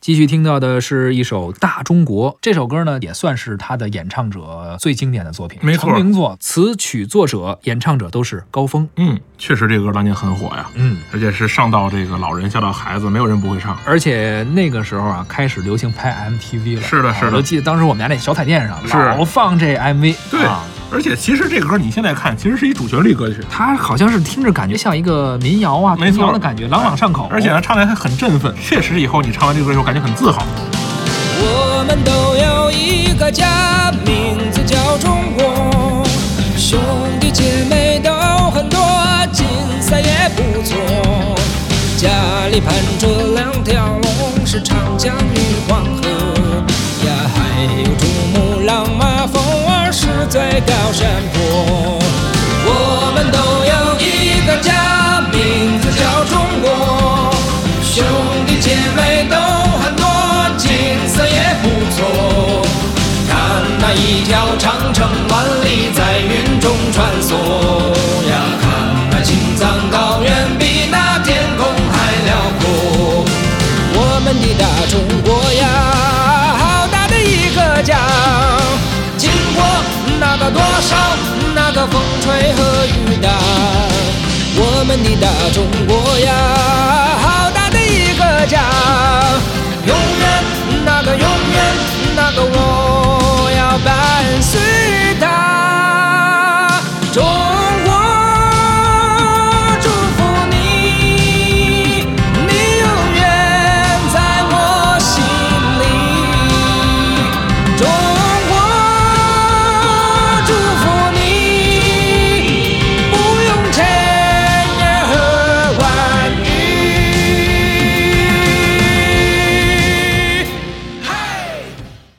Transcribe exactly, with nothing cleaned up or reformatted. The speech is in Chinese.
继续听到的是一首《大中国》，这首歌呢也算是他的演唱者最经典的作品， 没错， 成名作，词曲作者、演唱者都是高峰。 嗯，确实这个歌当年很火呀， 嗯， 而且是上到这个老人，下到孩子，没有人不会唱。 而且那个时候啊，开始流行拍 M T V 了。 是的，是的。 我都记得当时我们家那小彩电上是老放这 M V。 对。 啊而且其实这个歌你现在看，其实是一主旋律歌曲， 它好像是听着感觉像一个民谣啊、童谣的感觉，朗朗上口。 而且呢，唱起来还很振奋。确实，以后你唱完这个歌以后，感觉很自豪。 我们都有一个家，名字叫中国，兄弟姐妹都很多，竞赛也不错。家里盘着两条龙，是长江与黄河呀，还有珠穆朗玛峰儿是最高山坡。我们都有一个家，名字叫中国，兄弟姐妹都很多，景色也不错。看那一条长城万里在云中穿梭呀，看那青藏高原比那天空还辽阔。我们的大中国呀，好大的一个家，经过那个多少那个风吹和雨打。我们的大中国呀，好大的一个家，